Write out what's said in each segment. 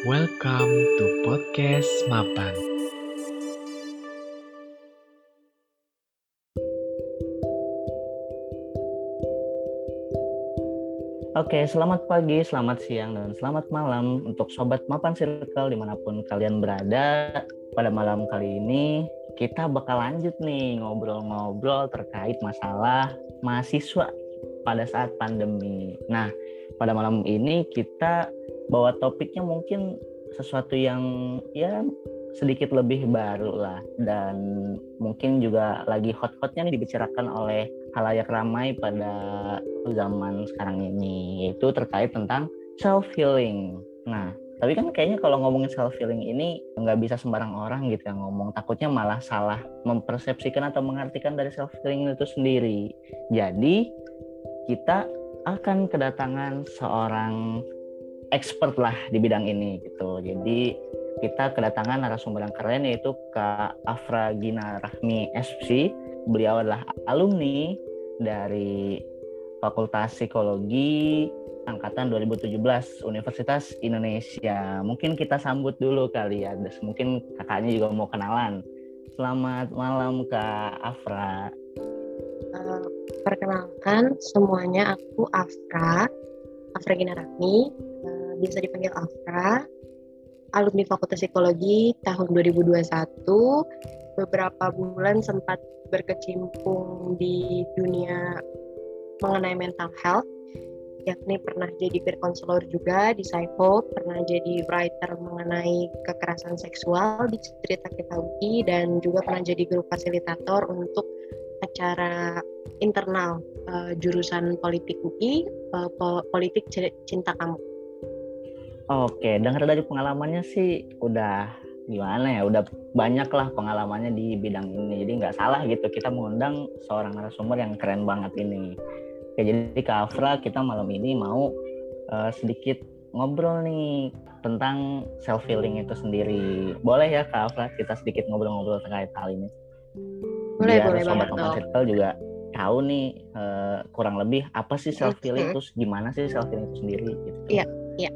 Welcome to podcast Mapan. Oke, selamat pagi, selamat siang, dan selamat malam untuk Sobat Mapan Circle dimanapun kalian berada. Pada malam kali ini kita bakal lanjut nih ngobrol-ngobrol terkait masalah mahasiswa pada saat pandemi. Nah, pada malam ini kita bawa topiknya mungkin sesuatu yang ya sedikit lebih baru lah, dan mungkin juga lagi hot-hotnya nih dibicarakan oleh halayak ramai pada zaman sekarang ini, yaitu terkait tentang self healing. Nah, tapi kan kayaknya kalau ngomongin self healing ini nggak bisa sembarang orang gitu yang ngomong, takutnya malah salah mempersepsikan atau mengartikan dari self healing itu sendiri. Jadi kita akan kedatangan seorang expert lah di bidang ini gitu. Jadi kita kedatangan narasumber yang keren, yaitu Kak Afra Gina Rahmi SC. Beliau adalah alumni dari Fakultas Psikologi angkatan 2017 Universitas Indonesia. Mungkin kita sambut dulu kali ya. Mungkin kakaknya juga mau kenalan. Selamat malam Kak Afra. Perkenalkan semuanya, aku Afra Gina Rahmi, bisa dipanggil Afra, alumni Fakultas Psikologi tahun 2021. Beberapa bulan sempat berkecimpung di dunia mengenai mental health, yakni pernah jadi peer counselor juga di Psycho, pernah jadi writer mengenai kekerasan seksual di Cerita Kita UI, dan juga pernah jadi guru fasilitator untuk acara internal jurusan politik UI, politik cinta kamu. Oke, dengar dari pengalamannya sih udah gimana ya, udah banyak lah pengalamannya di bidang ini. Jadi nggak salah gitu kita mengundang seorang narasumber yang keren banget ini. Oke, jadi Kak Afra, kita malam ini mau sedikit ngobrol nih tentang self healing itu sendiri. Boleh ya Kak Afra, kita sedikit ngobrol-ngobrol terkait hal ini? Boleh Sobat banget Mapan dong. Circle juga tahu nih kurang lebih apa sih self healing, terus gimana sih self healing itu sendiri gitu. Iya.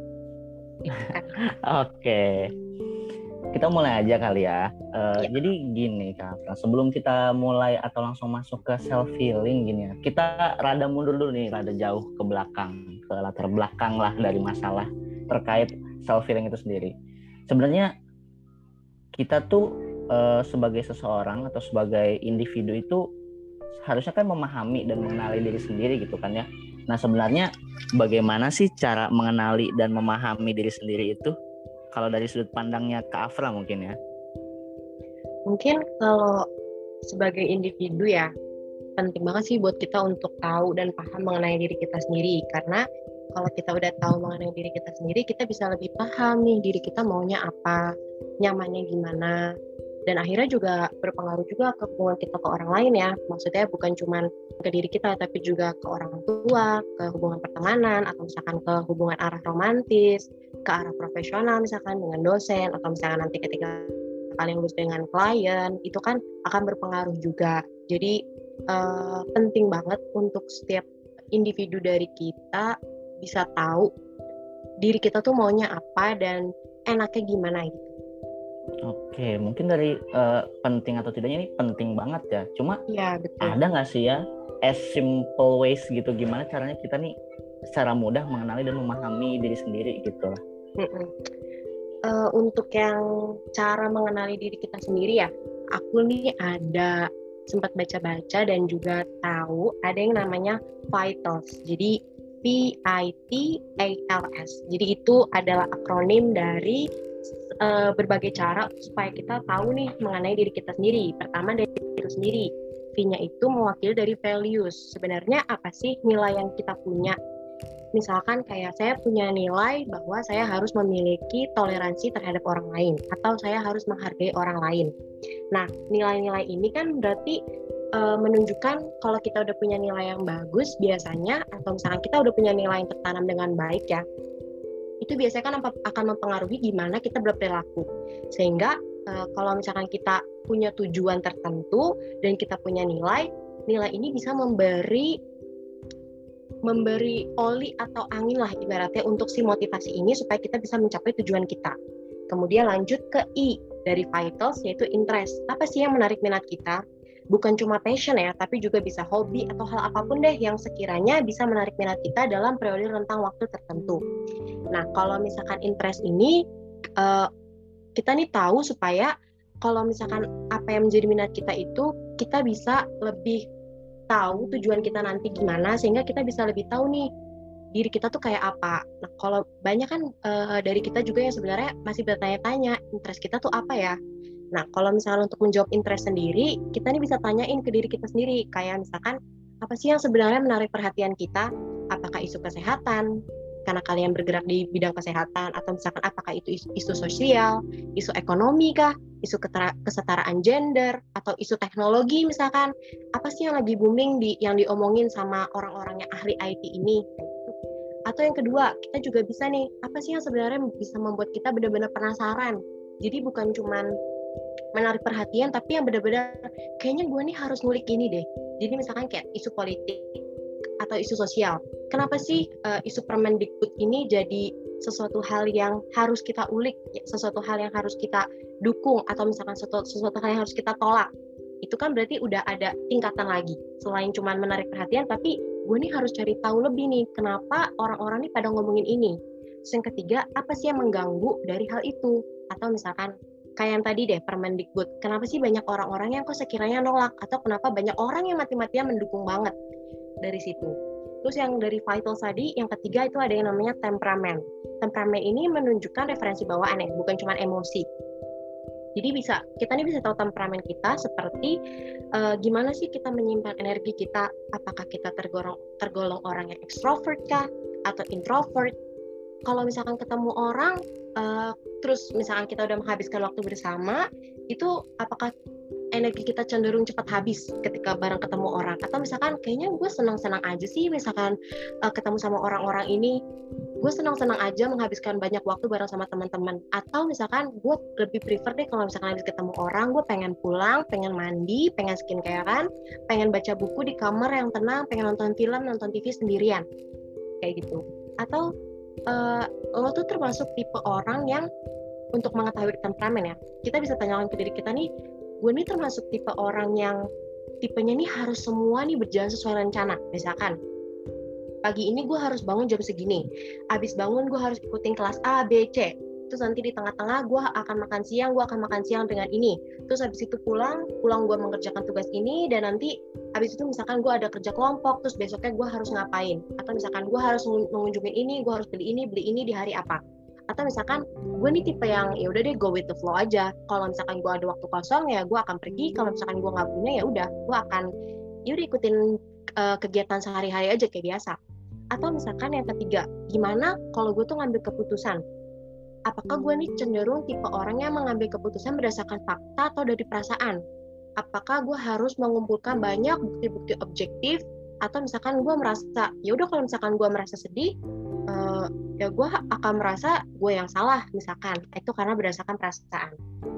Oke, kita mulai aja kali ya. Jadi gini Kak, sebelum kita mulai atau langsung masuk ke self healing gini ya, kita rada mundur dulu nih, rada jauh ke belakang, ke latar belakang lah dari masalah terkait self healing itu sendiri. Sebenarnya kita tuh sebagai seseorang atau sebagai individu itu harusnya kan memahami dan mengenali diri sendiri gitu kan ya. Nah, sebenarnya bagaimana sih cara mengenali dan memahami diri sendiri itu? Kalau dari sudut pandangnya Kak Afra mungkin ya. Mungkin kalau sebagai individu ya, penting banget sih buat kita untuk tahu dan paham mengenai diri kita sendiri. Karena kalau kita udah tahu mengenai diri kita sendiri, kita bisa lebih paham nih diri kita maunya apa, nyamannya gimana. Dan akhirnya juga berpengaruh juga ke hubungan kita ke orang lain ya. Maksudnya bukan cuma ke diri kita, tapi juga ke orang tua, ke hubungan pertemanan, atau misalkan ke hubungan arah romantis, ke arah profesional misalkan dengan dosen, atau misalkan nanti ketika kalian lulus dengan klien, itu kan akan berpengaruh juga. Jadi penting banget untuk setiap individu dari kita bisa tahu diri kita tuh maunya apa dan enaknya gimana gitu. Oke, mungkin dari penting atau tidaknya ini penting banget ya. Cuma Iya, betul. Ada nggak sih ya as simple ways gitu, gimana caranya kita nih secara mudah mengenali dan memahami diri sendiri gitu lah. Untuk yang cara mengenali diri kita sendiri ya, aku nih ada sempat baca-baca dan juga tahu ada yang namanya VITALS. Jadi VITALS. Jadi itu adalah akronim dari berbagai cara supaya kita tahu nih mengenai diri kita sendiri. Pertama dari diri sendiri. V-nya itu mewakili dari values. Sebenarnya apa sih nilai yang kita punya? Misalkan kayak saya punya nilai bahwa saya harus memiliki toleransi terhadap orang lain, atau saya harus menghargai orang lain. Nah, nilai-nilai ini kan berarti menunjukkan kalau kita udah punya nilai yang bagus biasanya, atau misalkan kita udah punya nilai yang tertanam dengan baik ya, itu biasanya kan akan mempengaruhi gimana kita berperilaku. Sehingga kalau misalkan kita punya tujuan tertentu dan kita punya nilai ini bisa memberi memberi oli atau angin lah ibaratnya untuk si motivasi ini supaya kita bisa mencapai tujuan kita. Kemudian lanjut ke I dari vitals, yaitu interest. Apa sih yang menarik minat kita? Bukan cuma passion ya, tapi juga bisa hobi atau hal apapun deh yang sekiranya bisa menarik minat kita dalam periode rentang waktu tertentu. Nah, kalau misalkan interest ini, kita nih tahu supaya kalau misalkan apa yang menjadi minat kita itu, kita bisa lebih tahu tujuan kita nanti gimana, sehingga kita bisa lebih tahu nih diri kita tuh kayak apa. Nah, kalau banyak kan dari kita juga yang sebenarnya masih bertanya-tanya, interest kita tuh apa ya? Nah, kalau misalnya untuk menjawab interest sendiri, kita nih bisa tanyain ke diri kita sendiri, kayak misalkan, apa sih yang sebenarnya menarik perhatian kita? Apakah isu kesehatan, karena kalian bergerak di bidang kesehatan, atau misalkan apakah itu isu sosial, isu ekonomi kah, isu kesetaraan gender, atau isu teknologi misalkan, apa sih yang lagi booming yang diomongin sama orang-orang yang ahli IT ini? Atau yang kedua, kita juga bisa nih, apa sih yang sebenarnya bisa membuat kita benar-benar penasaran? Jadi bukan cuman menarik perhatian, tapi yang benar-benar kayaknya gue nih harus ngulik ini deh. Jadi misalkan kayak isu politik atau isu sosial. Kenapa sih isu Permendikbud ini jadi sesuatu hal yang harus kita ulik, sesuatu hal yang harus kita dukung, atau misalkan sesuatu hal yang harus kita tolak? Itu kan berarti udah ada tingkatan lagi. Selain cuma menarik perhatian, tapi gue nih harus cari tahu lebih nih, kenapa orang-orang nih pada ngomongin ini. Terus yang ketiga, apa sih yang mengganggu dari hal itu? Atau misalkan kayak yang tadi deh, Permendikbud. Kenapa sih banyak orang-orang yang kok sekiranya nolak? Atau kenapa banyak orang yang mati-matian mendukung banget dari situ? Terus yang dari vitals tadi, yang ketiga itu ada yang namanya temperamen. Temperamen ini menunjukkan referensi bawaan ya, bukan cuma emosi. Jadi kita nih bisa tahu temperamen kita seperti gimana sih kita menyimpan energi kita, apakah kita tergolong orang yang extrovert kah atau introvert. Kalau misalkan ketemu orang terus misalkan kita udah menghabiskan waktu bersama, itu apakah energi kita cenderung cepat habis ketika bareng ketemu orang, atau misalkan kayaknya gue senang-senang aja sih misalkan ketemu sama orang-orang ini, gue senang-senang aja menghabiskan banyak waktu bareng sama teman-teman, atau misalkan gue lebih prefer deh kalau misalkan habis ketemu orang, gue pengen pulang, pengen mandi, pengen skincarean, pengen baca buku di kamar yang tenang, pengen nonton film, nonton TV sendirian, kayak gitu. Atau lo tuh termasuk tipe orang yang, untuk mengetahui temperamen ya, kita bisa tanyakan ke diri kita nih, gue nih termasuk tipe orang yang tipenya nih harus semua nih berjalan sesuai rencana. Misalkan pagi ini gue harus bangun jam segini, abis bangun gue harus ikutin kelas A, B, C, terus nanti di tengah-tengah gue akan makan siang dengan ini, terus habis itu pulang gue mengerjakan tugas ini, dan nanti habis itu misalkan gue ada kerja kelompok, terus besoknya gue harus ngapain, atau misalkan gue harus mengunjungin ini, gue harus beli ini di hari apa. Atau misalkan gue nih tipe yang ya udah deh go with the flow aja, kalau misalkan gue ada waktu kosong ya gue akan pergi, kalau misalkan gue nggak punya ya udah gue akan ikutin kegiatan sehari-hari aja kayak biasa. Atau misalkan yang ketiga, gimana kalau gue tuh ngambil keputusan, apakah gue nih cenderung tipe orang yang mengambil keputusan berdasarkan fakta atau dari perasaan? Apakah gue harus mengumpulkan banyak bukti-bukti objektif, atau misalkan gue merasa ya udah kalau misalkan gue merasa sedih, ya gue akan merasa gue yang salah misalkan, itu karena berdasarkan perasaan.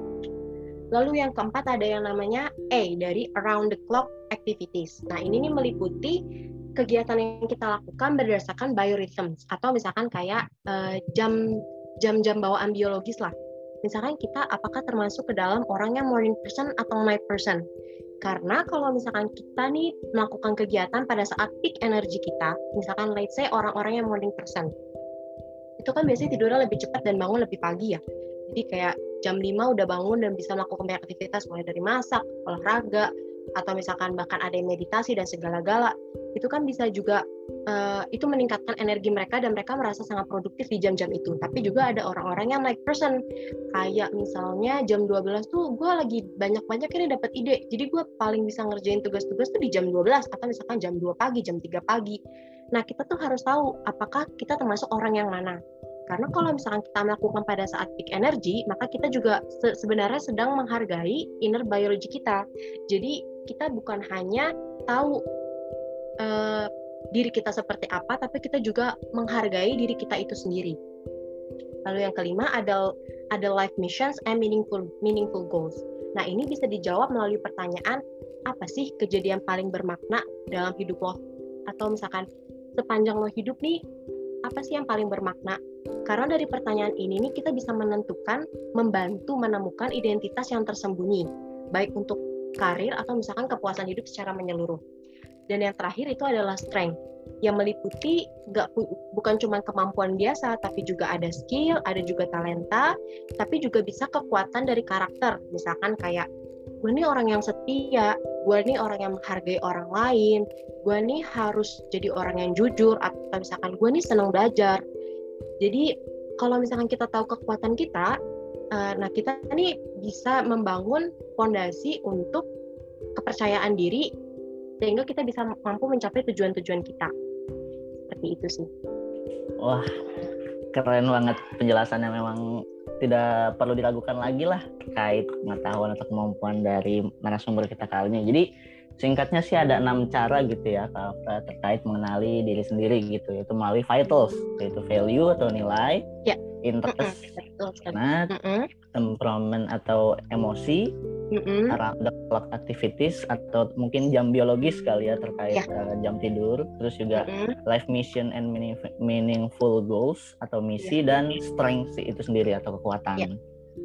Lalu yang keempat ada yang namanya A dari around the clock activities. Nah ini nih meliputi kegiatan yang kita lakukan berdasarkan biorhythms, atau misalkan kayak jam-jam bawaan biologis lah. Misalkan kita apakah termasuk ke dalam orang yang morning person atau night person. Karena kalau misalkan kita nih melakukan kegiatan pada saat peak energi kita, misalkan let's say orang-orang yang morning person, itu kan biasanya tidurnya lebih cepat dan bangun lebih pagi ya. Jadi kayak jam 5 udah bangun dan bisa melakukan banyak aktivitas, mulai dari masak, olahraga, atau misalkan bahkan ada yang meditasi dan segala-gala. Itu kan bisa juga itu meningkatkan energi mereka dan mereka merasa sangat produktif di jam-jam itu. Tapi juga ada orang-orang yang night person, kayak misalnya jam 12 tuh gue lagi banyak-banyak ini dapat ide, jadi gue paling bisa ngerjain tugas-tugas tuh di jam 12, atau misalkan jam 2 pagi, jam 3 pagi. Nah kita tuh harus tahu apakah kita termasuk orang yang mana. Karena kalau misalkan kita melakukan pada saat peak energy, maka kita juga sebenarnya sedang menghargai inner biology kita. Jadi kita bukan hanya tahu diri kita seperti apa, tapi kita juga menghargai diri kita itu sendiri. Lalu yang kelima ada life missions and meaningful goals. Nah ini bisa dijawab melalui pertanyaan, apa sih kejadian paling bermakna dalam hidup lo? Atau misalkan sepanjang lo hidup nih, apa sih yang paling bermakna? Karena dari pertanyaan ini nih kita bisa membantu menemukan identitas yang tersembunyi, baik untuk karir atau misalkan kepuasan hidup secara menyeluruh. Dan yang terakhir itu adalah strength, yang meliputi bukan cuma kemampuan biasa, tapi juga ada skill, ada juga talenta, tapi juga bisa kekuatan dari karakter. Misalkan kayak, gue nih orang yang setia, gue nih orang yang menghargai orang lain, gue nih harus jadi orang yang jujur, atau misalkan gue nih senang belajar. Jadi kalau misalkan kita tahu kekuatan kita, nah kita nih bisa membangun fondasi untuk kepercayaan diri, sehingga kita bisa mampu mencapai tujuan-tujuan kita. Seperti itu sih. Wah, keren banget penjelasannya, memang tidak perlu diragukan lagi lah terkait pengetahuan atau kemampuan dari narasumber kita kali ini. Jadi singkatnya sih ada 6 cara gitu ya Kak Afra terkait mengenali diri sendiri gitu, yaitu melalui vitals, yaitu value atau nilai, interest, minat, temperament atau emosi, the clock activities atau mungkin jam biologis kali ya terkait jam tidur, terus juga life mission and meaningful goals atau misi, dan strength itu sendiri atau kekuatan.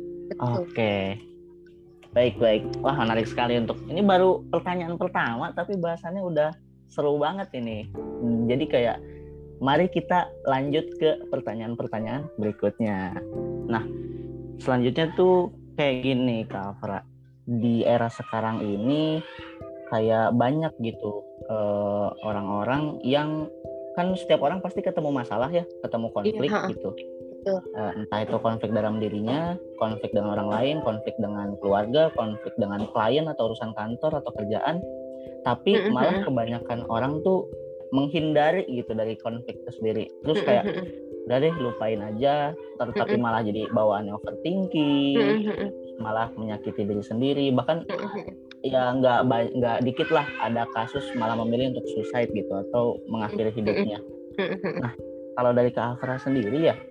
Oke. Baik. Wah, menarik sekali. Untuk ini baru pertanyaan pertama tapi bahasannya udah seru banget ini. Jadi kayak mari kita lanjut ke pertanyaan-pertanyaan berikutnya. Nah, selanjutnya tuh kayak gini Kak Afra. Di era sekarang ini kayak banyak gitu orang-orang yang kan setiap orang pasti ketemu masalah ya, ketemu konflik gitu. Entah itu konflik dalam dirinya, konflik dengan orang lain, konflik dengan keluarga, konflik dengan klien atau urusan kantor atau kerjaan. Tapi malah kebanyakan orang tuh menghindari gitu dari konflik itu sendiri. Terus kayak udah deh lupain aja, tapi malah jadi bawaannya overthinking, malah menyakiti diri sendiri. Bahkan ya nggak dikit lah ada kasus malah memilih untuk suicide gitu atau mengakhiri hidupnya. Nah, kalau dari Kak Afra sendiri ya,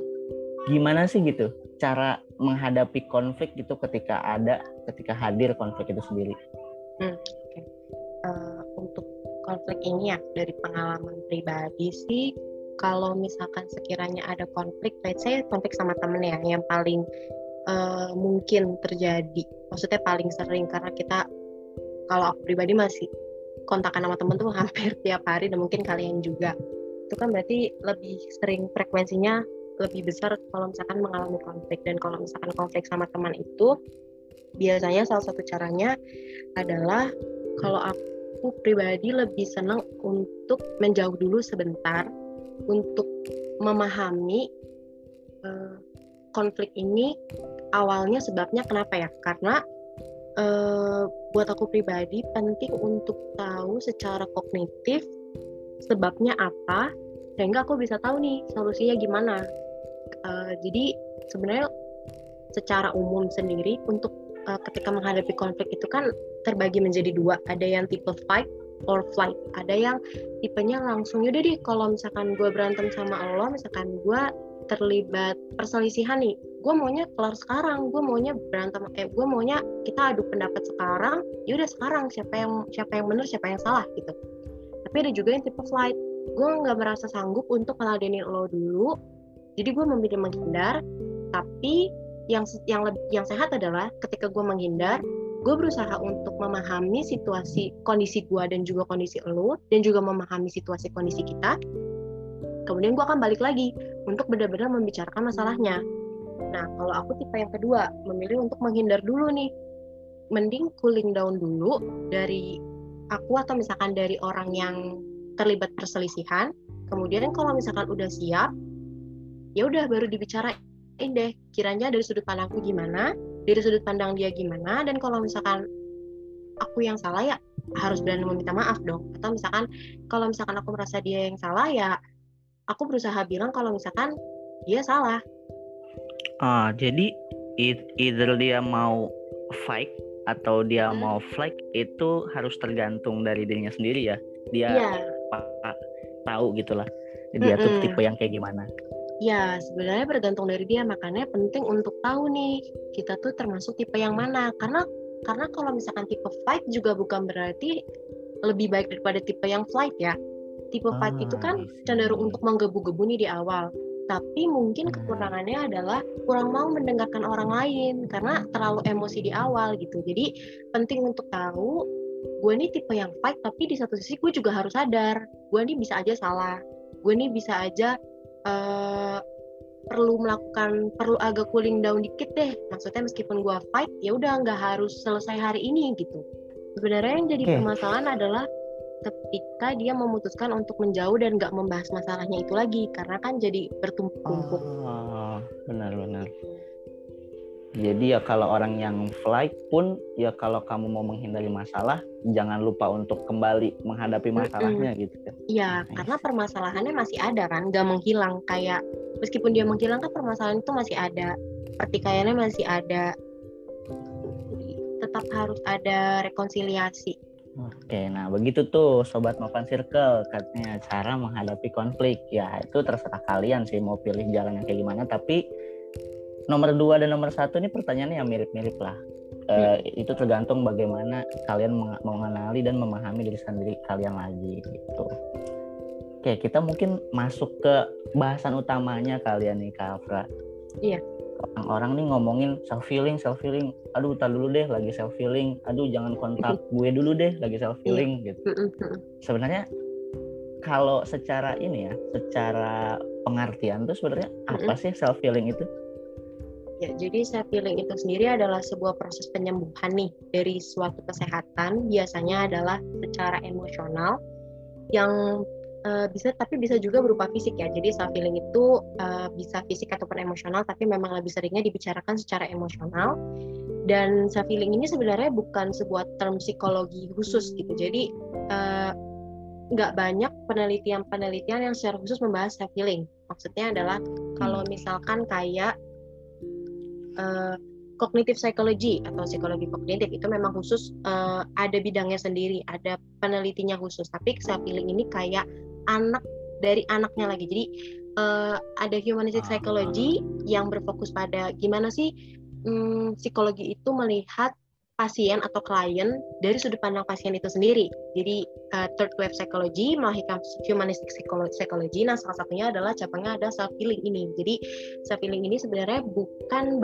gimana sih gitu cara menghadapi konflik gitu ketika hadir konflik itu sendiri? Untuk konflik ini ya dari pengalaman pribadi sih, kalau misalkan sekiranya ada konflik, let's say konflik sama temen ya, yang paling mungkin terjadi, maksudnya paling sering, karena kita, kalau aku pribadi masih kontakan sama temen tuh hampir tiap hari, dan mungkin kalian juga, itu kan berarti lebih sering, frekuensinya lebih besar kalau misalkan mengalami konflik. Dan kalau misalkan konflik sama teman itu, biasanya salah satu caranya adalah, kalau aku pribadi lebih senang untuk menjauh dulu sebentar, untuk memahami konflik ini awalnya sebabnya kenapa ya. Karena buat aku pribadi penting untuk tahu secara kognitif sebabnya apa, sehingga aku bisa tahu nih solusinya gimana. Jadi sebenarnya secara umum sendiri untuk ketika menghadapi konflik itu kan terbagi menjadi dua. Ada yang tipe fight or flight. Ada yang tipenya langsung, yaudah deh kalau misalkan gue berantem sama lo, misalkan gue terlibat perselisihan nih, gue maunya kelar sekarang, gue maunya gue maunya kita adu pendapat sekarang, yaudah sekarang siapa yang benar, siapa yang salah gitu. Tapi ada juga yang tipe flight, gue nggak merasa sanggup untuk meladenin lo dulu, jadi gue memilih menghindar. Tapi yang sehat adalah ketika gue menghindar, gue berusaha untuk memahami situasi, kondisi gue dan juga kondisi lo, dan juga memahami situasi kondisi kita. Kemudian gue akan balik lagi untuk benar-benar membicarakan masalahnya. Nah, kalau aku tipe yang kedua, memilih untuk menghindar dulu nih. Mending cooling down dulu dari aku atau misalkan dari orang yang terlibat perselisihan. Kemudian kalau misalkan udah siap, ya udah baru dibicarain deh, kiranya dari sudut pandangku gimana, dari sudut pandang dia gimana, dan kalau misalkan aku yang salah ya harus berani meminta maaf dong. Atau misalkan kalau misalkan aku merasa dia yang salah, ya aku berusaha bilang kalau misalkan dia salah. Jadi either dia mau fight atau dia mau flight itu harus tergantung dari dirinya sendiri ya. Dia tahu gitulah dia tuh tipe yang kayak gimana. Ya, sebenarnya bergantung dari dia, makanya penting untuk tahu nih kita tuh termasuk tipe yang mana. Karena kalau misalkan tipe fight juga bukan berarti lebih baik daripada tipe yang flight ya. tipe fight itu kan cenderung untuk menggebu-gebu nih di awal. Tapi mungkin kekurangannya adalah kurang mau mendengarkan orang lain karena terlalu emosi di awal gitu. Jadi penting untuk tahu, gue nih tipe yang fight, tapi di satu sisi gue juga harus sadar, gue nih bisa aja salah, gue nih bisa aja perlu agak cooling down dikit deh. Maksudnya meskipun gue fight, ya udah nggak harus selesai hari ini gitu. Sebenarnya yang jadi permasalahan adalah ketika dia memutuskan untuk menjauh dan nggak membahas masalahnya itu lagi, karena kan jadi bertumpuk-tumpuk. Benar-benar. Jadi ya kalau orang yang flight pun ya kalau kamu mau menghindari masalah, jangan lupa untuk kembali menghadapi masalahnya gitu kan. Iya, karena permasalahannya masih ada kan, nggak menghilang. Kayak meskipun dia menghilang kan permasalahan itu masih ada, pertikaiannya masih ada. Jadi tetap harus ada rekonsiliasi. Oke, nah begitu tuh Sobat Mapan Circle, katanya cara menghadapi konflik. Ya itu terserah kalian sih mau pilih jalan yang kayak gimana, tapi nomor 2 dan nomor 1 ini pertanyaannya yang mirip-mirip lah. Itu tergantung bagaimana kalian mengenali dan memahami diri sendiri kalian lagi gitu. Oke, kita mungkin masuk ke bahasan utamanya kalian nih Kak Afra. Iya. Orang-orang nih ngomongin self healing. Aduh, tar dulu deh lagi self healing. Aduh, jangan kontak gue dulu deh lagi self healing gitu. Sebenarnya kalau secara ini ya, secara pengertian tuh sebenarnya apa sih self healing itu? Ya, jadi self healing itu sendiri adalah sebuah proses penyembuhan nih dari suatu kesehatan, biasanya adalah secara emosional yang bisa juga berupa fisik ya. Jadi self healing itu bisa fisik ataupun emosional, tapi memang lebih seringnya dibicarakan secara emosional. Dan self healing ini sebenarnya bukan sebuah term psikologi khusus gitu. Jadi nggak banyak penelitian yang secara khusus membahas self healing. Maksudnya adalah kalau misalkan kayak cognitive psychology atau psikologi kognitif itu memang khusus ada bidangnya sendiri, ada penelitinya khusus. Tapi self healing ini kayak anak dari anaknya lagi. Jadi ada humanistic psychology yang berfokus pada gimana sih psikologi itu melihat pasien atau klien dari sudut pandang pasien itu sendiri. Jadi third wave psychology melahirkan humanistic psychology. Nah, salah satunya adalah cabangnya ada self healing ini. Jadi self healing ini sebenarnya bukan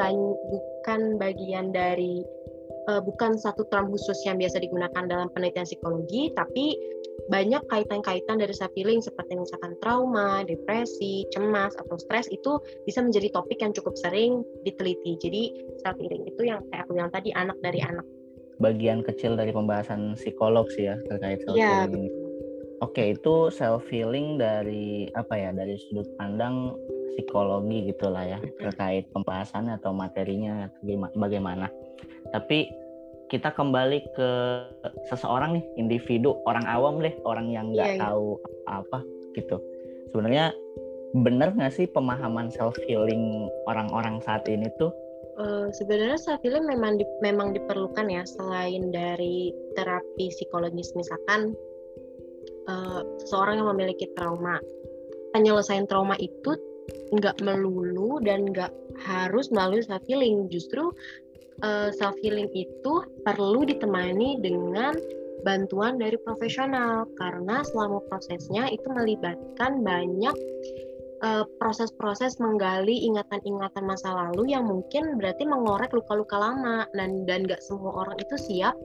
bagian dari bukan satu term khusus yang biasa digunakan dalam penelitian psikologi, tapi banyak kaitan-kaitan dari self healing seperti misalkan trauma, depresi, cemas atau stres itu bisa menjadi topik yang cukup sering diteliti. Jadi self healing itu yang kayak aku bilang tadi, anak dari anak. Bagian kecil dari pembahasan psikolog sih ya terkait self healing ini. Oke, itu self healing dari apa ya? Dari sudut pandang psikologi gitulah ya, terkait pembahasannya atau materinya bagaimana. Tapi kita kembali ke seseorang nih, individu, orang awam deh, orang yang nggak tahu apa gitu. Sebenarnya benar nggak sih pemahaman self healing orang-orang saat ini tuh? Sebenarnya self healing memang diperlukan ya, selain dari terapi psikologis. Misalkan seseorang yang memiliki trauma, penyelesaian trauma itu nggak melulu dan nggak harus melalui self healing. Justru self healing itu perlu ditemani dengan bantuan dari profesional, karena selama prosesnya itu melibatkan banyak proses-proses menggali ingatan-ingatan masa lalu yang mungkin berarti mengorek luka-luka lama, dan nggak semua orang itu siap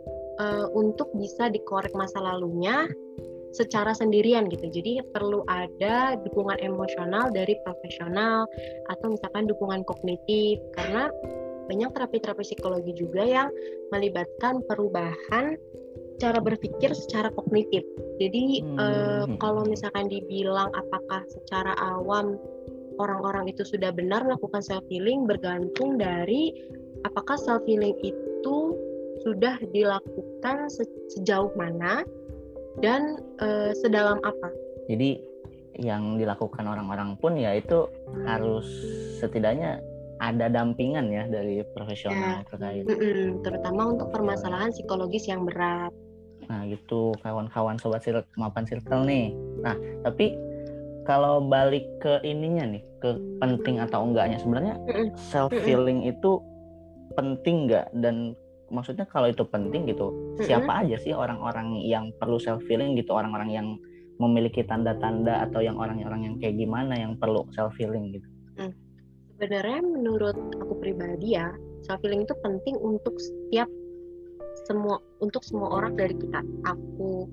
untuk bisa dikorek masa lalunya secara sendirian gitu. Jadi perlu ada dukungan emosional dari profesional atau misalkan dukungan kognitif, karena banyak terapi-terapi psikologi juga yang melibatkan perubahan cara berpikir secara kognitif. Jadi kalau misalkan dibilang apakah secara awam orang-orang itu sudah benar melakukan self healing, bergantung dari apakah self healing itu sudah dilakukan sejauh mana dan sedalam apa. Jadi yang dilakukan orang-orang pun ya itu harus setidaknya ada dampingan ya dari profesional terkait. Terutama untuk permasalahan psikologis yang berat. Nah gitu kawan-kawan Sobat Mapan Circle nih. Nah tapi kalau balik ke ininya nih, ke penting atau enggaknya, sebenarnya self healing itu penting nggak? Dan maksudnya kalau itu penting gitu, siapa aja sih orang-orang yang perlu self healing gitu, orang-orang yang memiliki tanda-tanda atau yang orang-orang yang kayak gimana yang perlu self healing gitu? Sebenarnya menurut aku pribadi ya, self healing itu penting untuk semua orang dari kita, aku,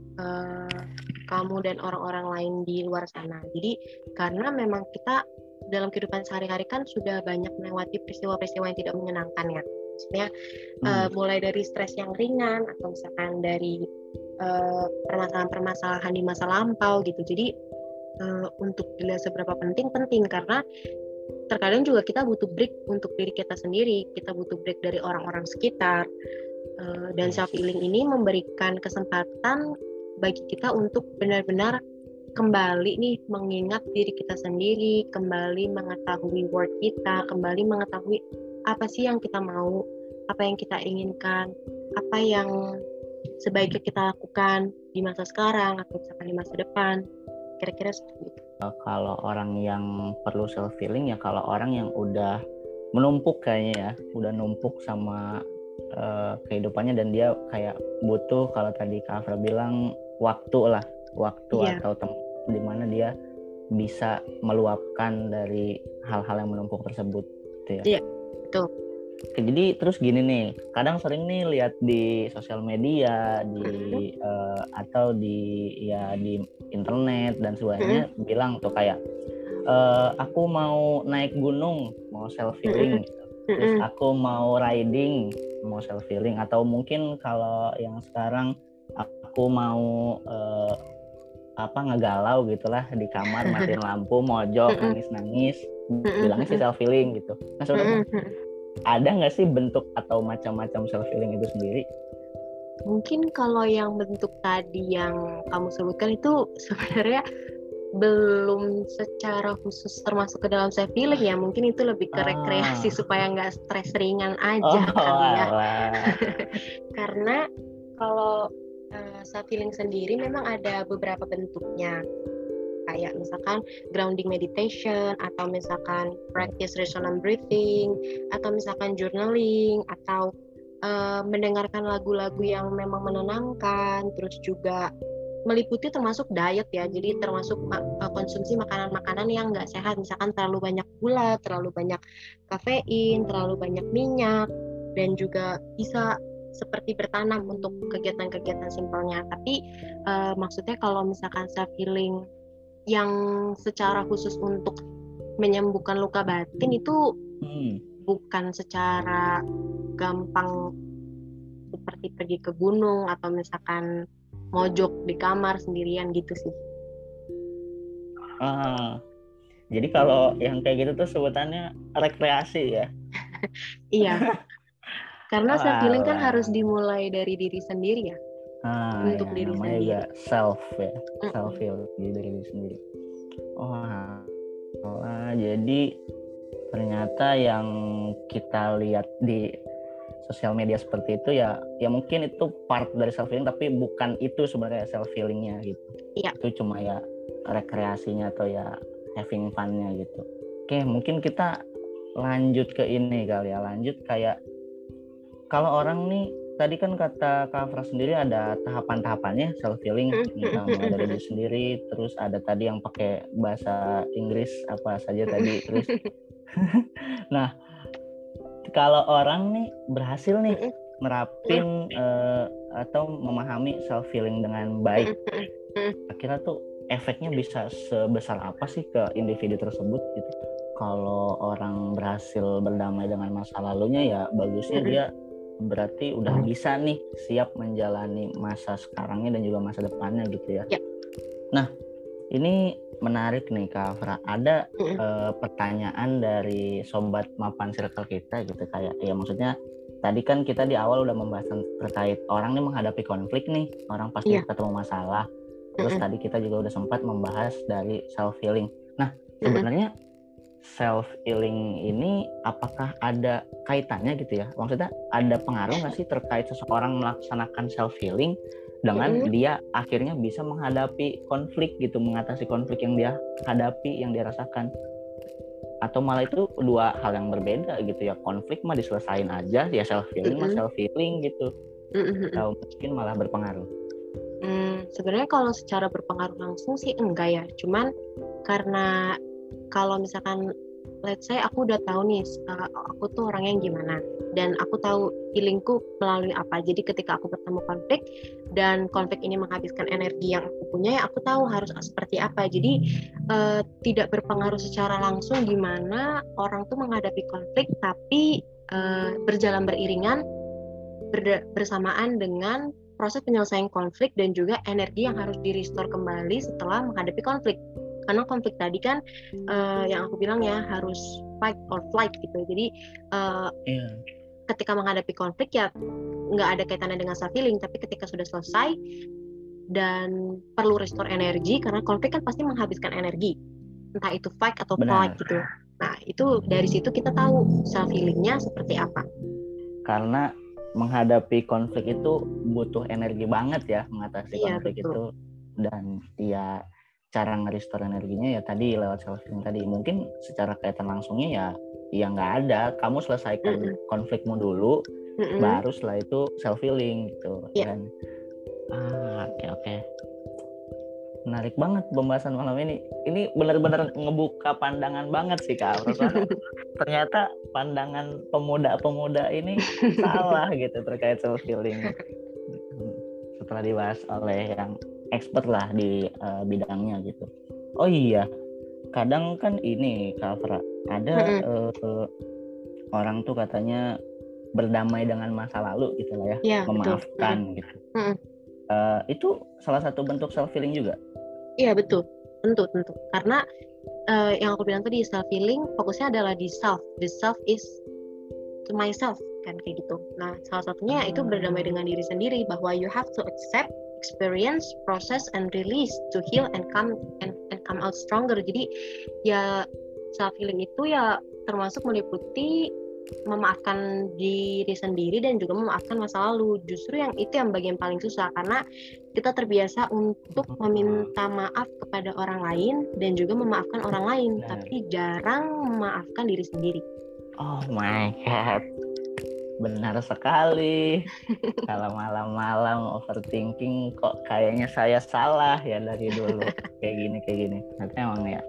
kamu dan orang-orang lain di luar sana. Jadi karena memang kita dalam kehidupan sehari-hari kan sudah banyak melewati peristiwa-peristiwa yang tidak menyenangkan ya. Maksudnya mulai dari stres yang ringan atau misalkan dari permasalahan-permasalahan di masa lampau gitu. Jadi untuk dilihat seberapa penting karena terkadang juga kita butuh break untuk diri kita sendiri, kita butuh break dari orang-orang sekitar, dan self healing ini memberikan kesempatan bagi kita untuk benar-benar kembali nih mengingat diri kita sendiri, kembali mengetahui worth kita, kembali mengetahui apa sih yang kita mau, apa yang kita inginkan, apa yang sebaiknya kita lakukan di masa sekarang atau misalkan di masa depan, kira-kira seperti itu. Kalau orang yang perlu self healing ya kalau orang yang udah menumpuk kayaknya ya, udah numpuk sama kehidupannya dan dia kayak butuh, kalau tadi Kak Afra bilang waktu atau tempat di mana dia bisa meluapkan dari hal-hal yang menumpuk tersebut gitu ya. Iya, betul. Jadi terus gini nih, kadang sering nih lihat di sosial media, atau di internet dan sebagainya bilang tuh kayak aku mau naik gunung, mau self healing gitu. Terus aku mau riding, mau self healing, atau mungkin kalau yang sekarang aku mau ngegalau gitulah di kamar, matiin lampu, mojok, nangis-nangis, bilangnya sih self healing gitu. Nah sebenarnya ada nggak sih bentuk atau macam-macam self healing itu sendiri? Mungkin kalau yang bentuk tadi yang kamu sebutkan itu sebenarnya belum secara khusus termasuk ke dalam self healing ya, mungkin itu lebih ke rekreasi supaya nggak stres ringan aja kali ya. Karena kalau self healing sendiri memang ada beberapa bentuknya, kayak misalkan grounding meditation, atau misalkan practice resonant breathing, atau misalkan journaling, atau mendengarkan lagu-lagu yang memang menenangkan, terus juga meliputi termasuk diet ya, jadi termasuk konsumsi makanan-makanan yang nggak sehat, misalkan terlalu banyak gula, terlalu banyak kafein, terlalu banyak minyak, dan juga bisa seperti bertanam untuk kegiatan-kegiatan simpelnya. Tapi maksudnya kalau misalkan self healing yang secara khusus untuk menyembuhkan luka batin itu bukan secara gampang seperti pergi ke gunung atau misalkan mojok di kamar sendirian gitu sih. Jadi kalau yang kayak gitu tuh sebutannya rekreasi ya? Iya. Karena self healing kan harus dimulai dari diri sendiri ya. Untuk diri namanya sendiri. juga self ya, self heal dari diri sendiri. Jadi ternyata yang kita lihat di sosial media seperti itu ya mungkin itu part dari self healing, tapi bukan itu sebenarnya self healingnya gitu. Iya. Itu cuma ya rekreasinya atau ya having fun-nya gitu. Oke, mungkin kita lanjut ke ini kali ya, kayak kalau orang nih tadi kan kata Kak Afra sendiri ada tahapan-tahapannya self healing, mulai dari diri sendiri, terus ada tadi yang pakai bahasa Inggris apa saja tadi, terus nah kalau orang nih berhasil nih nerapin atau memahami self healing dengan baik, akhirnya tuh efeknya bisa sebesar apa sih ke individu tersebut gitu? Kalau orang berhasil berdamai dengan masa lalunya ya bagusnya dia berarti udah bisa nih siap menjalani masa sekarangnya dan juga masa depannya gitu ya. Nah ini menarik nih Kak Afra, ada pertanyaan dari sobat Mapan Circle kita gitu, kayak ya maksudnya tadi kan kita di awal udah membahas terkait orang nih menghadapi konflik nih, orang pasti ketemu masalah, terus tadi kita juga udah sempat membahas dari self healing. Nah sebenarnya self healing ini apakah ada kaitannya gitu ya, maksudnya ada pengaruh nggak sih terkait seseorang melaksanakan self healing dengan dia akhirnya bisa menghadapi konflik gitu, mengatasi konflik yang dia hadapi, yang dia rasakan, atau malah itu dua hal yang berbeda gitu ya, konflik mah diselesain aja ya, self healing mah self healing gitu, atau mungkin malah berpengaruh? Sebenarnya kalau secara berpengaruh langsung sih enggak ya. Cuman karena kalau misalkan let's say aku udah tahu nih aku tuh orangnya yang gimana dan aku tahu healingku melalui apa. Jadi ketika aku bertemu konflik dan konflik ini menghabiskan energi yang aku punya, ya aku tahu harus seperti apa. Jadi tidak berpengaruh secara langsung gimana orang tuh menghadapi konflik, tapi berjalan beriringan bersamaan dengan proses penyelesaian konflik dan juga energi yang harus di-restore kembali setelah menghadapi konflik. Karena konflik tadi kan yang aku bilang ya harus fight or flight gitu. Jadi ketika menghadapi konflik ya nggak ada kaitannya dengan self healing, tapi ketika sudah selesai dan perlu restore energi karena konflik kan pasti menghabiskan energi, entah itu fight atau flight gitu. Nah itu dari situ kita tahu self healingnya seperti apa. Karena menghadapi konflik itu butuh energi banget ya, mengatasi konflik betul. itu. Dan ya cara nge-restore energinya ya tadi lewat self healing tadi. Mungkin secara kaitan langsungnya ya nggak ada. Kamu selesaikan konflikmu dulu, baru setelah itu self healing gitu. Dan oke. Menarik banget pembahasan malam ini. Ini benar-benar ngebuka pandangan banget sih Kak. Ternyata pandangan pemuda-pemuda ini salah gitu terkait self healing. Setelah dibahas oleh yang expert lah di bidangnya gitu. Oh iya, kadang kan ini Kak Afra, ada orang tuh katanya berdamai dengan masa lalu gitu lah ya, memaafkan gitu. Itu salah satu bentuk self healing juga. Iya betul, tentu. Karena yang aku bilang tadi self healing fokusnya adalah di self. The self is to myself kan kayak gitu. Nah salah satunya itu berdamai dengan diri sendiri bahwa you have to accept, experience, process and release to heal and come out stronger. Jadi ya self healing itu ya termasuk meliputi memaafkan diri sendiri dan juga memaafkan masa lalu. Justru yang itu yang bagian paling susah karena kita terbiasa untuk meminta maaf kepada orang lain dan juga memaafkan orang lain, tapi jarang memaafkan diri sendiri. Oh my god, benar sekali. Kalau malam-malam overthinking kok kayaknya saya salah ya dari dulu kayak gini. Nanti emang ya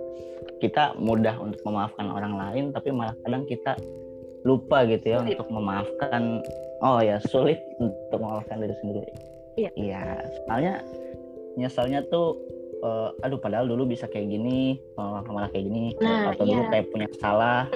kita mudah untuk memaafkan orang lain, tapi malah kadang kita lupa gitu ya untuk memaafkan. Sulit untuk memaafkan diri sendiri. Iya, soalnya nyesalnya tuh padahal dulu bisa kayak gini, malah kayak gini, atau dulu kayak punya salah.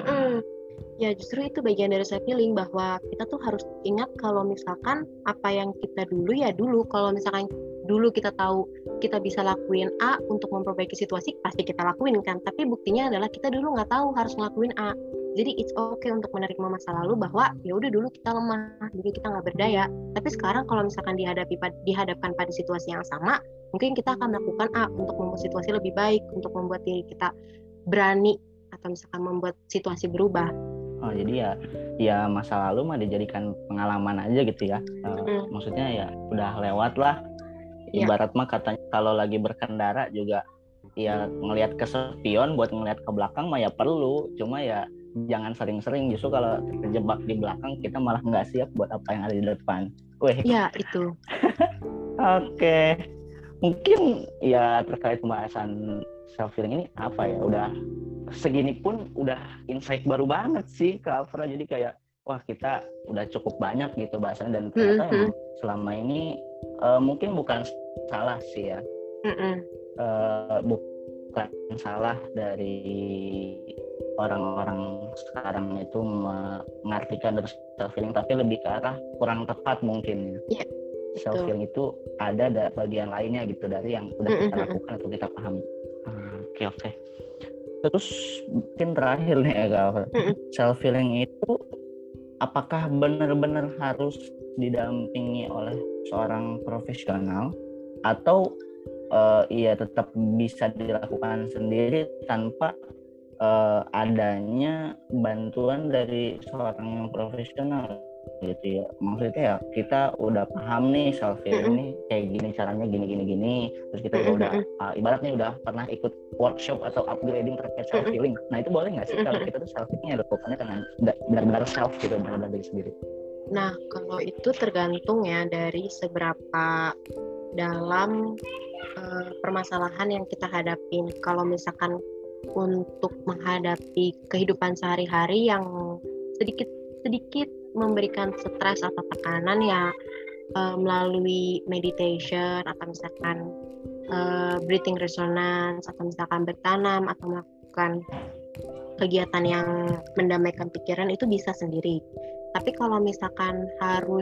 Ya justru itu bagian dari self healing, bahwa kita tuh harus ingat kalau misalkan apa yang kita dulu, kalau misalkan dulu kita tahu kita bisa lakuin A untuk memperbaiki situasi, pasti kita lakuin kan, tapi buktinya adalah kita dulu nggak tahu harus ngelakuin A. Jadi it's okay untuk menerima masa lalu bahwa ya udah dulu kita lemah, dulu kita nggak berdaya, tapi sekarang kalau misalkan dihadapkan pada situasi yang sama, mungkin kita akan melakukan A untuk membuat situasi lebih baik, untuk membuat diri kita berani, atau misalkan membuat situasi berubah. Jadi ya masa lalu mah dijadikan pengalaman aja gitu ya. Maksudnya ya udah lewat lah. Ibarat mah katanya kalau lagi berkendara juga ya ngelihat ke spion buat ngelihat ke belakang mah ya perlu. Cuma ya jangan sering-sering, justru kalau terjebak di belakang kita malah nggak siap buat apa yang ada di depan. Iya itu. Oke. Mungkin ya terkait pembahasan self healing ini apa ya, udah segini pun udah insight baru banget sih Kak Afra. Jadi kayak wah kita udah cukup banyak gitu bahasannya, dan ternyata emang selama ini mungkin bukan salah sih ya, bukan salah dari orang-orang sekarang itu mengartikan dari self healing, tapi lebih ke arah kurang tepat mungkin ya. Self healing itu ada bagian lainnya gitu dari yang udah kita lakukan atau kita pahami. Oke. Terus mungkin terakhir nih ya Kak, self healing itu apakah benar-benar harus didampingi oleh seorang profesional atau tetap bisa dilakukan sendiri tanpa adanya bantuan dari seorang yang profesional gitu ya? Maksudnya ya kita udah paham nih self healing nih kayak gini caranya, gini, terus kita udah ibaratnya udah pernah ikut workshop atau upgrading terkait self healing. Nah itu boleh nggak sih kalau kita tuh self healingnya lakukannya dengan benar-benar self gitu, benar-benar diri sendiri? Nah kalau itu tergantung ya dari seberapa dalam permasalahan yang kita hadapin. Kalau misalkan untuk menghadapi kehidupan sehari-hari yang sedikit memberikan stres atau tekanan ya melalui meditation atau misalkan breathing resonance atau misalkan bertanam atau melakukan kegiatan yang mendamaikan pikiran itu bisa sendiri. Tapi kalau misalkan harus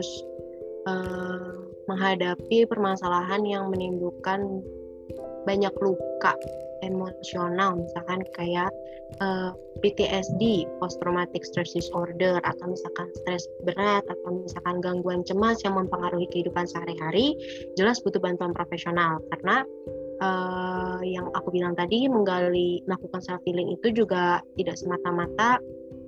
menghadapi permasalahan yang menimbulkan banyak luka emosional, misalkan kayak PTSD, post traumatic stress disorder, atau misalkan stres berat, atau misalkan gangguan cemas yang mempengaruhi kehidupan sehari-hari, jelas butuh bantuan profesional. Karena yang aku bilang tadi, melakukan self healing itu juga tidak semata-mata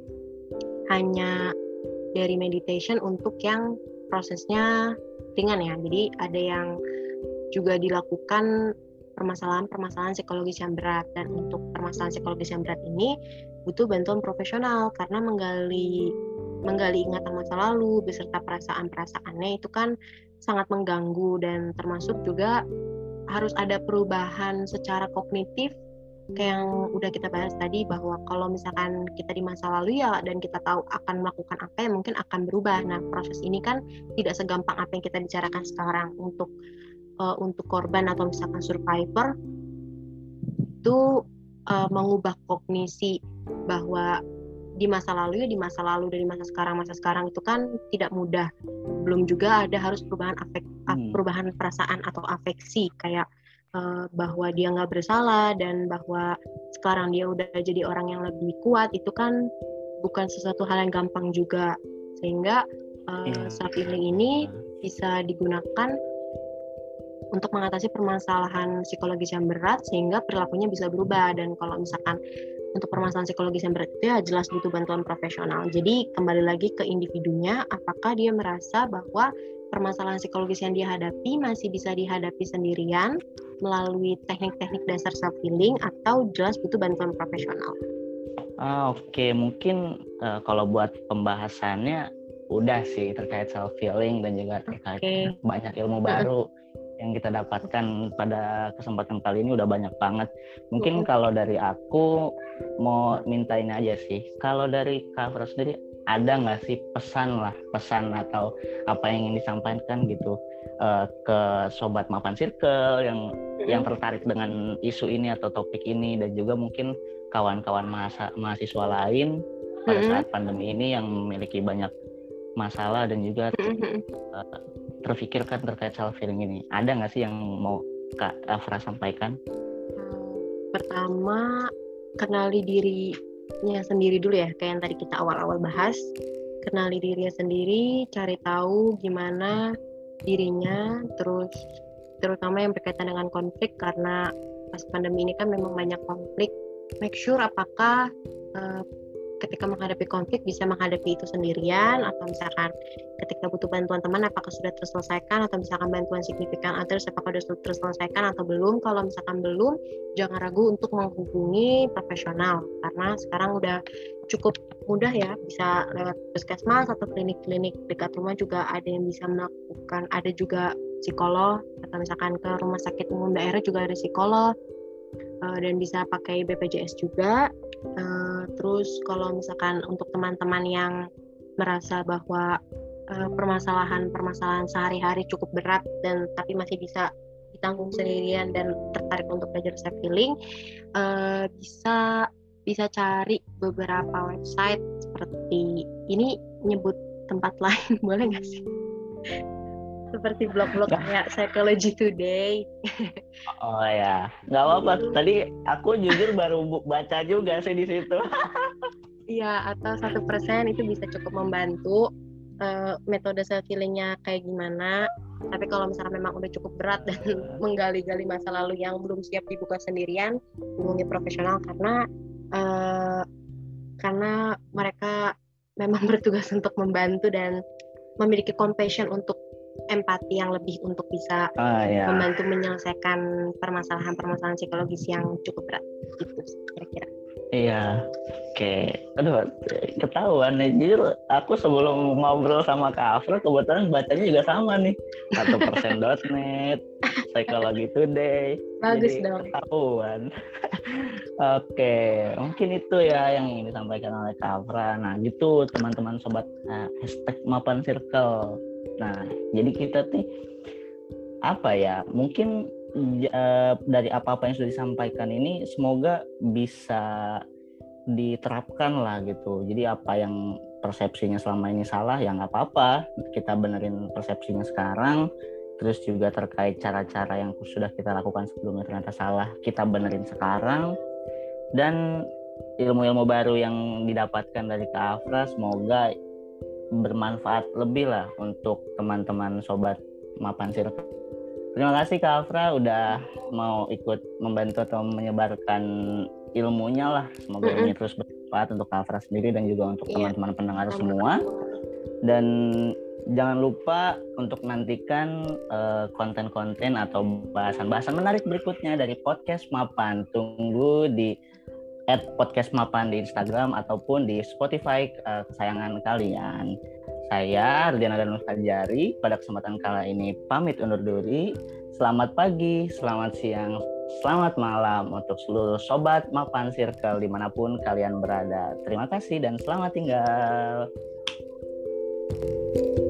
hanya dari meditation untuk yang prosesnya ringan ya. Jadi ada yang juga dilakukan permasalahan psikologis yang berat, dan untuk permasalahan psikologis yang berat ini butuh bantuan profesional karena menggali ingatan masa lalu beserta perasaan-perasaannya itu kan sangat mengganggu, dan termasuk juga harus ada perubahan secara kognitif kayak yang udah kita bahas tadi, bahwa kalau misalkan kita di masa lalu ya dan kita tahu akan melakukan apa yang mungkin akan berubah. Nah, proses ini kan tidak segampang apa yang kita bicarakan sekarang. Untuk korban atau misalkan survivor itu mengubah kognisi bahwa di masa lalu dari masa sekarang itu kan tidak mudah. Belum juga ada harus perubahan perasaan atau afeksi kayak bahwa dia nggak bersalah dan bahwa sekarang dia udah jadi orang yang lebih kuat, itu kan bukan sesuatu hal yang gampang juga, sehingga self healing ini bisa digunakan untuk mengatasi permasalahan psikologis yang berat sehingga perilakunya bisa berubah. Dan kalau misalkan untuk permasalahan psikologis yang berat itu ya jelas butuh bantuan profesional. Jadi kembali lagi ke individunya, apakah dia merasa bahwa permasalahan psikologis yang dia hadapi masih bisa dihadapi sendirian melalui teknik-teknik dasar self healing atau jelas butuh bantuan profesional. Oke. Mungkin kalau buat pembahasannya udah sih terkait self healing dan juga terkait banyak ilmu baru yang kita dapatkan pada kesempatan kali ini udah banyak banget. Mungkin kalau dari aku mau minta ini aja sih. Kalau dari Kak Afra sendiri ada nggak sih pesan atau apa yang ingin disampaikan gitu ke sobat Mapan Circle yang tertarik dengan isu ini atau topik ini, dan juga mungkin kawan-kawan mahasiswa lain pada saat pandemi ini yang memiliki banyak masalah dan juga terfikirkan terkait self healing ini. Ada nggak sih yang mau Kak Afra sampaikan? Pertama, kenali dirinya sendiri dulu ya, kayak yang tadi kita awal-awal bahas. Kenali dirinya sendiri, cari tahu gimana dirinya, terus terutama yang berkaitan dengan konflik, karena pas pandemi ini kan memang banyak konflik. Make sure apakah ketika menghadapi konflik bisa menghadapi itu sendirian, atau misalkan ketika butuh bantuan teman apakah sudah terselesaikan, atau misalkan bantuan significant others apakah sudah terselesaikan atau belum. Kalau misalkan belum, jangan ragu untuk menghubungi profesional, karena sekarang udah cukup mudah ya, bisa lewat puskesmas atau klinik-klinik dekat rumah juga ada yang bisa melakukan, ada juga psikolog, atau misalkan ke rumah sakit umum daerah juga ada psikolog, dan bisa pakai BPJS juga. Terus kalau misalkan untuk teman-teman yang merasa bahwa permasalahan sehari-hari cukup berat dan tapi masih bisa ditanggung sendirian dan tertarik untuk belajar self healing, bisa cari beberapa website seperti ini, nyebut tempat lain boleh nggak sih? Seperti blog-blog kayak Psychology Today. Oh ya, nggak apa-apa. Tadi aku jujur baru baca juga sih di situ. Iya, atau 1% itu bisa cukup membantu metode self healingnya kayak gimana. Tapi kalau misalnya memang udah cukup berat dan menggali-gali masa lalu yang belum siap dibuka sendirian, hubungi profesional karena mereka memang bertugas untuk membantu dan memiliki compassion untuk empati yang lebih untuk bisa membantu menyelesaikan permasalahan psikologis yang cukup berat gitu kira-kira. Iya. Oke. Aduh, ketahuan nih. Jadi aku sebelum ngobrol sama Kak Afra kebetulan bacanya juga sama nih. 1%.net, Psychology Today. Bagus Jadi dong. ketahuan. Oke, mungkin itu ya yang ingin disampaikan oleh Kak Afra. Nah, gitu teman-teman sobat hashtag Mapan Circle. Nah, jadi kita nih apa ya? Mungkin dari apa-apa yang sudah disampaikan ini semoga bisa diterapkan lah gitu. Jadi apa yang persepsinya selama ini salah ya nggak apa-apa, kita benerin persepsinya sekarang. Terus juga terkait cara-cara yang sudah kita lakukan sebelumnya ternyata salah, kita benerin sekarang. Dan ilmu-ilmu baru yang didapatkan dari Kak Afra semoga bermanfaat lebih lah untuk teman-teman sobat Mapan Circle. Terima kasih Kak Afra udah mau ikut membantu atau menyebarkan ilmunya lah. Semoga ini terus bermanfaat untuk Kak Afra sendiri dan juga untuk teman-teman pendengar semua. Dan jangan lupa untuk nantikan konten-konten atau bahasan-bahasan menarik berikutnya dari podcast Mapan. Tunggu di @podcastmapan di Instagram ataupun di Spotify kesayangan kalian. Saya Ardiana Danus Hajari pada kesempatan kali ini pamit undur diri. Selamat pagi, selamat siang, selamat malam untuk seluruh sobat Mapan Circle dimanapun kalian berada. Terima kasih dan selamat tinggal.